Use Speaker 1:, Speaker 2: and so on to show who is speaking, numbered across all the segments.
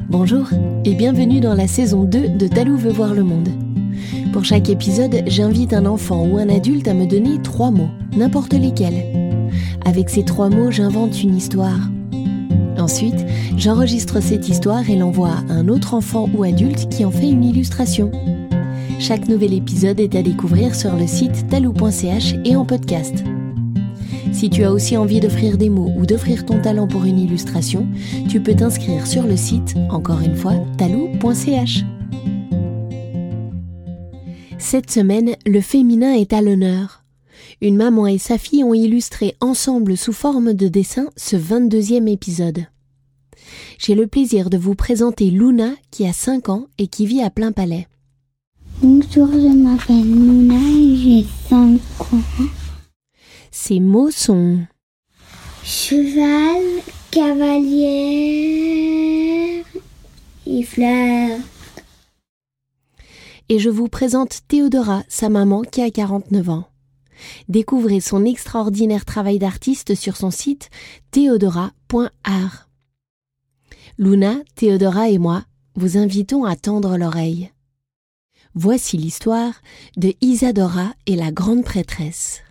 Speaker 1: Bonjour et bienvenue dans la saison 2 de Talou veut voir le monde. Pour chaque épisode, j'invite un enfant ou un adulte à me donner 3 mots, n'importe lesquels. Avec ces 3 mots, j'invente une histoire. Ensuite, j'enregistre cette histoire et l'envoie à un autre enfant ou adulte qui en fait une illustration. Chaque nouvel épisode est à découvrir sur le site talou.ch et en podcast. Si tu as aussi envie d'offrir des mots ou d'offrir ton talent pour une illustration, tu peux t'inscrire sur le site, encore une fois, talou.ch. Cette semaine, le féminin est à l'honneur. Une maman et sa fille ont illustré ensemble sous forme de dessin ce 22e épisode. J'ai le plaisir de vous présenter Luna qui a 5 ans et qui vit à Plainpalais.
Speaker 2: Bonjour, je m'appelle Luna et j'ai 5 ans.
Speaker 1: Ces mots sont
Speaker 2: cheval, cavalière et fleur.
Speaker 1: Et je vous présente Théodora, sa maman qui a 49 ans. Découvrez son extraordinaire travail d'artiste sur son site theodora.art. Luna, Théodora et moi vous invitons à tendre l'oreille. Voici l'histoire de Isadora et la grande prêtresse.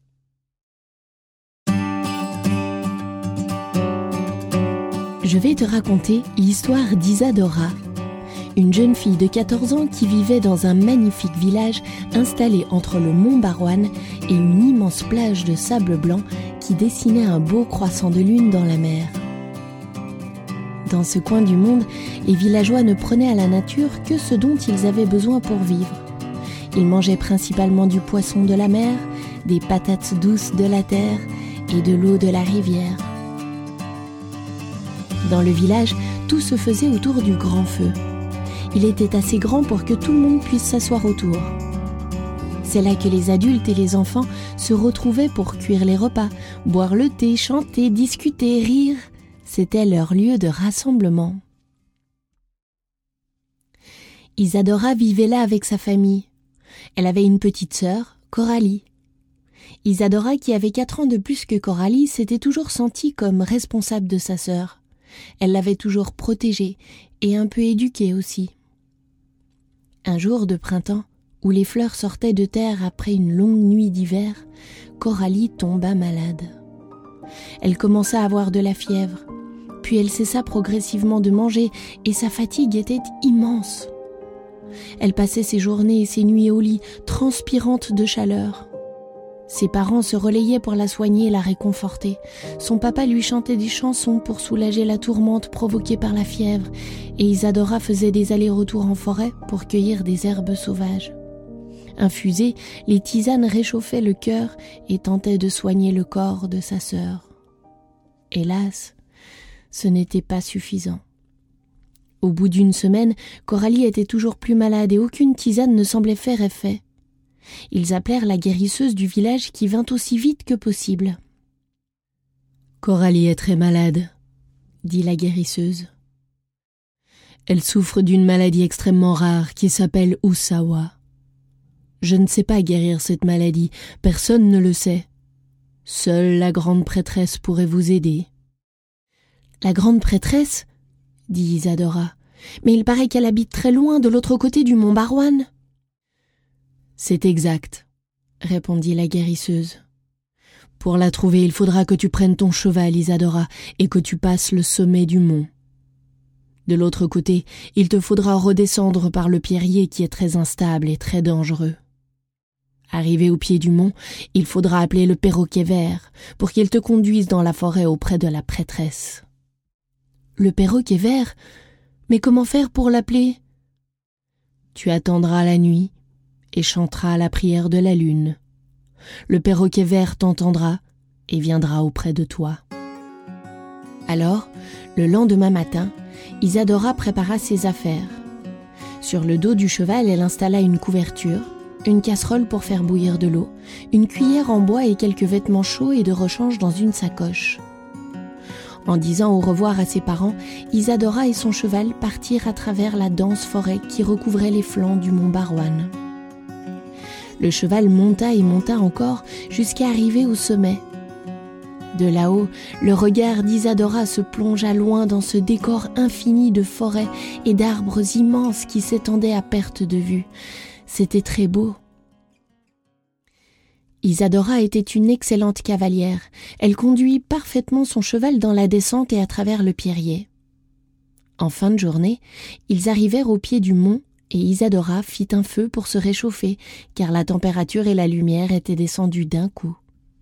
Speaker 1: Je vais te raconter l'histoire d'Isadora, une jeune fille de 14 ans qui vivait dans un magnifique village installé entre le mont Barwon et une immense plage de sable blanc qui dessinait un beau croissant de lune dans la mer. Dans ce coin du monde, les villageois ne prenaient à la nature que ce dont ils avaient besoin pour vivre. Ils mangeaient principalement du poisson de la mer, des patates douces de la terre et de l'eau de la rivière. Dans le village, tout se faisait autour du grand feu. Il était assez grand pour que tout le monde puisse s'asseoir autour. C'est là que les adultes et les enfants se retrouvaient pour cuire les repas, boire le thé, chanter, discuter, rire. C'était leur lieu de rassemblement. Isadora vivait là avec sa famille. Elle avait une petite sœur, Coralie. Isadora, qui avait 4 ans de plus que Coralie, s'était toujours sentie comme responsable de sa sœur. Elle l'avait toujours protégée et un peu éduquée aussi. Un jour de printemps, où les fleurs sortaient de terre après une longue nuit d'hiver, Coralie tomba malade. Elle commença à avoir de la fièvre, puis elle cessa progressivement de manger et sa fatigue était immense. Elle passait ses journées et ses nuits au lit, transpirante de chaleur. Ses parents se relayaient pour la soigner et la réconforter. Son papa lui chantait des chansons pour soulager la tourmente provoquée par la fièvre, et Isadora faisait des allers-retours en forêt pour cueillir des herbes sauvages. Infusées, les tisanes réchauffaient le cœur et tentaient de soigner le corps de sa sœur. Hélas, ce n'était pas suffisant. Au bout d'une semaine, Coralie était toujours plus malade et aucune tisane ne semblait faire effet. Ils appelèrent la guérisseuse du village qui vint aussi vite que possible. « Coralie est très malade, » dit la guérisseuse. « Elle souffre d'une maladie extrêmement rare qui s'appelle Usawa. Je ne sais pas guérir cette maladie, personne ne le sait. Seule la grande prêtresse pourrait vous aider. » « La grande prêtresse ?» dit Isadora. « Mais il paraît qu'elle habite très loin, de l'autre côté du mont Barwon. » « C'est exact, » répondit la guérisseuse. « Pour la trouver, il faudra que tu prennes ton cheval, Isadora, et que tu passes le sommet du mont. De l'autre côté, il te faudra redescendre par le pierrier qui est très instable et très dangereux. Arrivé au pied du mont, il faudra appeler le perroquet vert pour qu'il te conduise dans la forêt auprès de la prêtresse. » « Le perroquet vert ? Mais comment faire pour l'appeler ? » « Tu attendras la nuit et chanteras la prière de la lune. Le perroquet vert t'entendra et viendra auprès de toi. » Alors, le lendemain matin, Isadora prépara ses affaires. Sur le dos du cheval, elle installa une couverture, une casserole pour faire bouillir de l'eau, une cuillère en bois et quelques vêtements chauds et de rechange dans une sacoche. En disant au revoir à ses parents, Isadora et son cheval partirent à travers la dense forêt qui recouvrait les flancs du mont Barwon. Le cheval monta et monta encore jusqu'à arriver au sommet. De là-haut, le regard d'Isadora se plongea loin dans ce décor infini de forêts et d'arbres immenses qui s'étendaient à perte de vue. C'était très beau. Isadora était une excellente cavalière. Elle conduit parfaitement son cheval dans la descente et à travers le pierrier. En fin de journée, ils arrivèrent au pied du mont et Isadora fit un feu pour se réchauffer, car la température et la lumière étaient descendues d'un coup.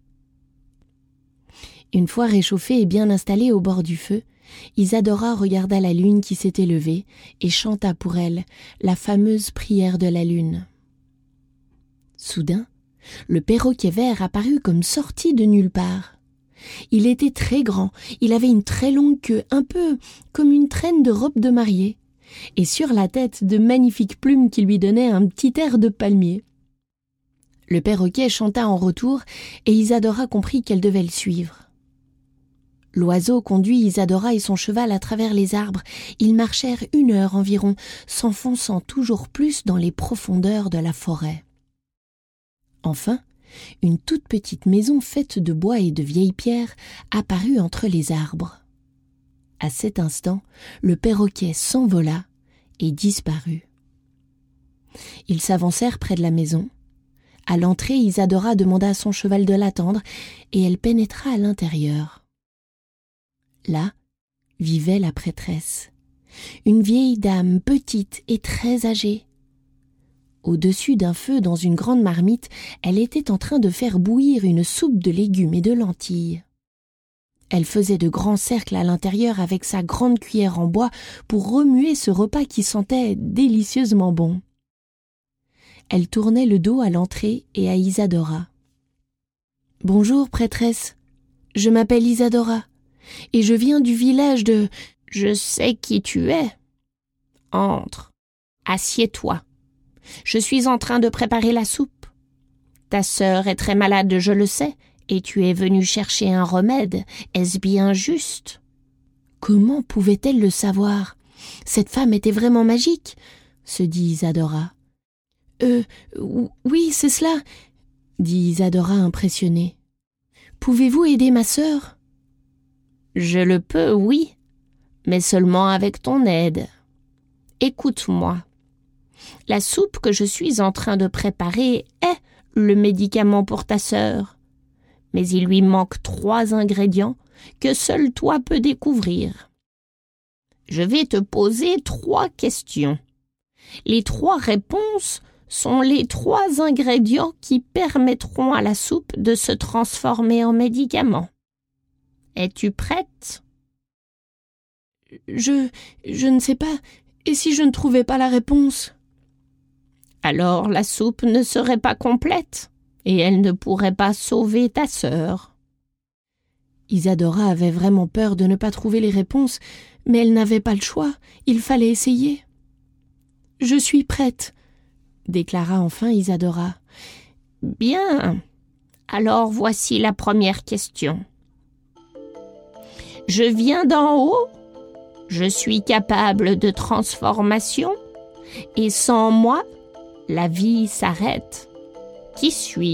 Speaker 1: Une fois réchauffée et bien installée au bord du feu, Isadora regarda la lune qui s'était levée et chanta pour elle la fameuse prière de la lune. Soudain, le perroquet vert apparut comme sorti de nulle part. Il était très grand, il avait une très longue queue, un peu comme une traîne de robe de mariée, et sur la tête de magnifiques plumes qui lui donnaient un petit air de palmier. Le perroquet chanta en retour et Isadora comprit qu'elle devait le suivre. L'oiseau conduit Isadora et son cheval à travers les arbres. Ils marchèrent 1 heure environ, s'enfonçant toujours plus dans les profondeurs de la forêt. Enfin, une toute petite maison faite de bois et de vieilles pierres apparut entre les arbres. À cet instant, le perroquet s'envola et disparut. Ils s'avancèrent près de la maison. À l'entrée, Isadora demanda à son cheval de l'attendre et elle pénétra à l'intérieur. Là vivait la prêtresse, une vieille dame petite et très âgée. Au-dessus d'un feu dans une grande marmite, elle était en train de faire bouillir une soupe de légumes et de lentilles. Elle faisait de grands cercles à l'intérieur avec sa grande cuillère en bois pour remuer ce repas qui sentait délicieusement bon. Elle tournait le dos à l'entrée et à Isadora. « Bonjour, prêtresse, je m'appelle Isadora. Et je viens du village de... »«
Speaker 3: Je sais qui tu es. Entre, assieds-toi. Je suis en train de préparer la soupe. Ta sœur est très malade, je le sais, et tu es venue chercher un remède. Est-ce bien juste ?»
Speaker 1: Comment pouvait-elle le savoir ? Cette femme était vraiment magique, se dit Isadora. Oui, c'est cela, dit Isadora impressionnée. Pouvez-vous aider ma sœur ?
Speaker 3: Je le peux, oui, mais seulement avec ton aide. Écoute-moi. La soupe que je suis en train de préparer est le médicament pour ta sœur, mais il lui manque 3 ingrédients que seul toi peux découvrir. Je vais te poser 3 questions. Les 3 réponses sont les 3 ingrédients qui permettront à la soupe de se transformer en médicament. Es-tu prête ?
Speaker 1: Je ne sais pas. Et si je ne trouvais pas la réponse ?
Speaker 3: Alors la soupe ne serait pas complète et elle ne pourrait pas sauver ta sœur.
Speaker 1: Isadora avait vraiment peur de ne pas trouver les réponses, mais elle n'avait pas le choix. Il fallait essayer. « Je suis prête », déclara enfin Isadora.
Speaker 3: « Bien. Alors voici la première question. Je viens d'en haut, je suis capable de transformation, et sans moi, la vie s'arrête. Qui suis-je »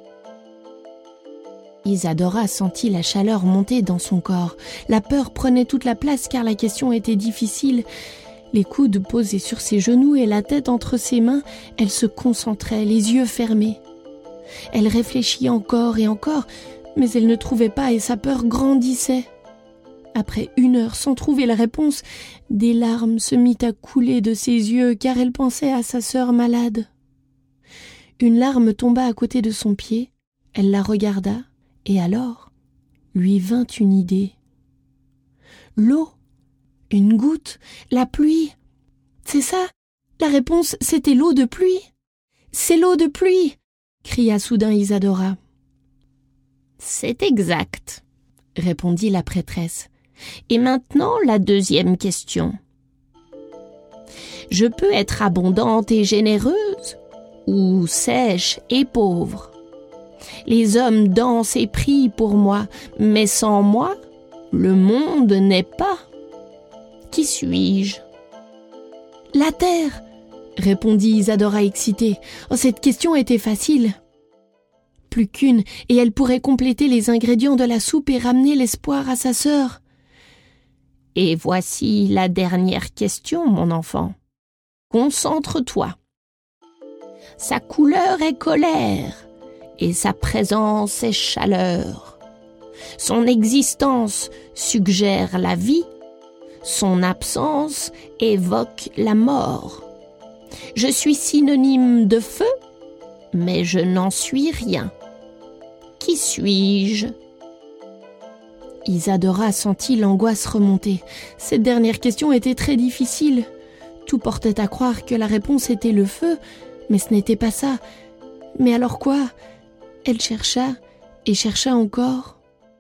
Speaker 1: Isadora sentit la chaleur monter dans son corps. La peur prenait toute la place car la question était difficile. Les coudes posés sur ses genoux et la tête entre ses mains, elle se concentrait, les yeux fermés. Elle réfléchit encore et encore, mais elle ne trouvait pas et sa peur grandissait. Après 1 heure sans trouver la réponse, des larmes se mirent à couler de ses yeux car elle pensait à sa sœur malade. Une larme tomba à côté de son pied, elle la regarda et alors lui vint une idée. L'eau, une goutte, la pluie, c'est ça, la réponse c'était l'eau de pluie. C'est l'eau de pluie, cria soudain Isadora.
Speaker 3: C'est exact, répondit la prêtresse. Et maintenant, la deuxième question. Je peux être abondante et généreuse ou sèche et pauvre. Les hommes dansent et prient pour moi, mais sans moi, le monde n'est pas. Qui suis-je ?
Speaker 1: La terre, répondit Isadora excitée. Oh, cette question était facile. plus qu'une, et elle pourrait compléter les ingrédients de la soupe et ramener l'espoir à sa sœur.
Speaker 3: Et voici la dernière question, mon enfant. Concentre-toi. Sa couleur est colère, et sa présence est chaleur. Son existence suggère la vie, son absence évoque la mort. Je suis synonyme de feu, mais je n'en suis rien. Qui suis-je ?
Speaker 1: Isadora sentit l'angoisse remonter. Cette dernière question était très difficile. Tout portait à croire que la réponse était le feu, mais ce n'était pas ça. Mais alors quoi ? Elle chercha et chercha encore.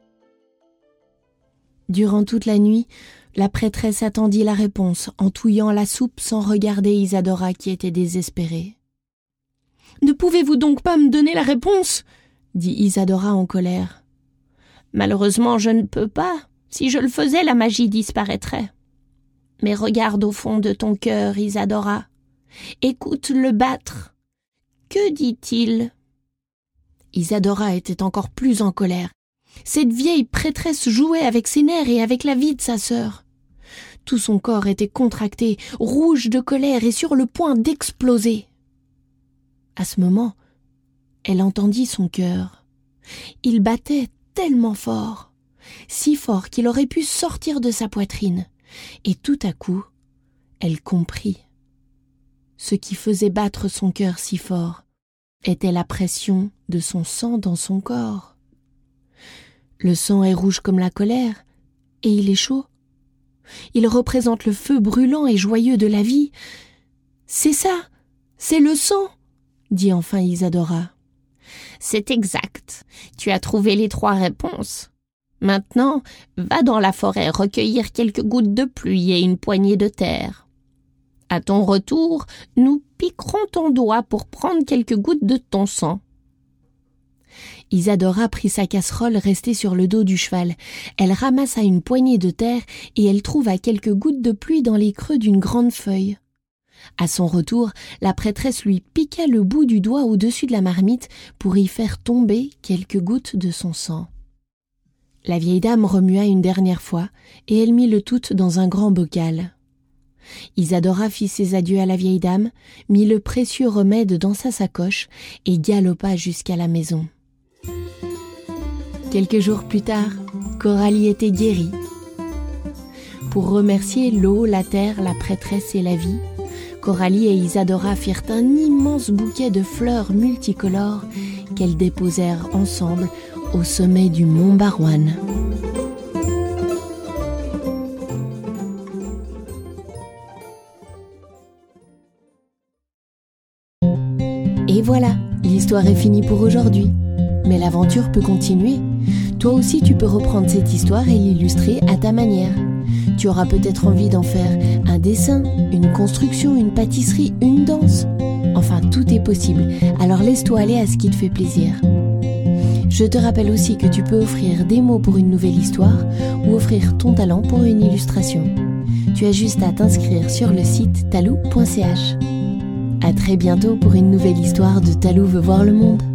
Speaker 1: Durant toute la nuit, la prêtresse attendit la réponse en touillant la soupe sans regarder Isadora qui était désespérée. « Ne pouvez-vous donc pas me donner la réponse ?» dit Isadora en colère.
Speaker 3: « Malheureusement, je ne peux pas. Si je le faisais, la magie disparaîtrait. Mais regarde au fond de ton cœur, Isadora. Écoute-le battre. Que dit-il »
Speaker 1: Isadora était encore plus en colère. Cette vieille prêtresse jouait avec ses nerfs et avec la vie de sa sœur. Tout son corps était contracté, rouge de colère et sur le point d'exploser. À ce moment, elle entendit son cœur. Il battait tellement fort, si fort qu'il aurait pu sortir de sa poitrine. Et tout à coup, elle comprit. Ce qui faisait battre son cœur si fort était la pression de son sang dans son corps. Le sang est rouge comme la colère, et il est chaud. Il représente le feu brûlant et joyeux de la vie. « C'est ça, c'est le sang !» dit enfin Isadora.
Speaker 3: « C'est exact. Tu as trouvé les 3 réponses. Maintenant, va dans la forêt recueillir quelques gouttes de pluie et une poignée de terre. À ton retour, nous piquerons ton doigt pour prendre quelques gouttes de ton sang. »
Speaker 1: Isadora prit sa casserole restée sur le dos du cheval. Elle ramassa une poignée de terre et elle trouva quelques gouttes de pluie dans les creux d'une grande feuille. À son retour, la prêtresse lui piqua le bout du doigt au-dessus de la marmite pour y faire tomber quelques gouttes de son sang. La vieille dame remua une dernière fois et elle mit le tout dans un grand bocal. Isadora fit ses adieux à la vieille dame, mit le précieux remède dans sa sacoche et galopa jusqu'à la maison. Quelques jours plus tard, Coralie était guérie. Pour remercier l'eau, la terre, la prêtresse et la vie, Coralie et Isadora firent un immense bouquet de fleurs multicolores qu'elles déposèrent ensemble au sommet du mont Barwan. Et voilà, l'histoire est finie pour aujourd'hui. Mais l'aventure peut continuer. Toi aussi, tu peux reprendre cette histoire et l'illustrer à ta manière. Tu auras peut-être envie d'en faire un dessin, une construction, une pâtisserie, une danse. Enfin, tout est possible. Alors laisse-toi aller à ce qui te fait plaisir. Je te rappelle aussi que tu peux offrir des mots pour une nouvelle histoire ou offrir ton talent pour une illustration. Tu as juste à t'inscrire sur le site talou.ch. À très bientôt pour une nouvelle histoire de Talou veut voir le monde.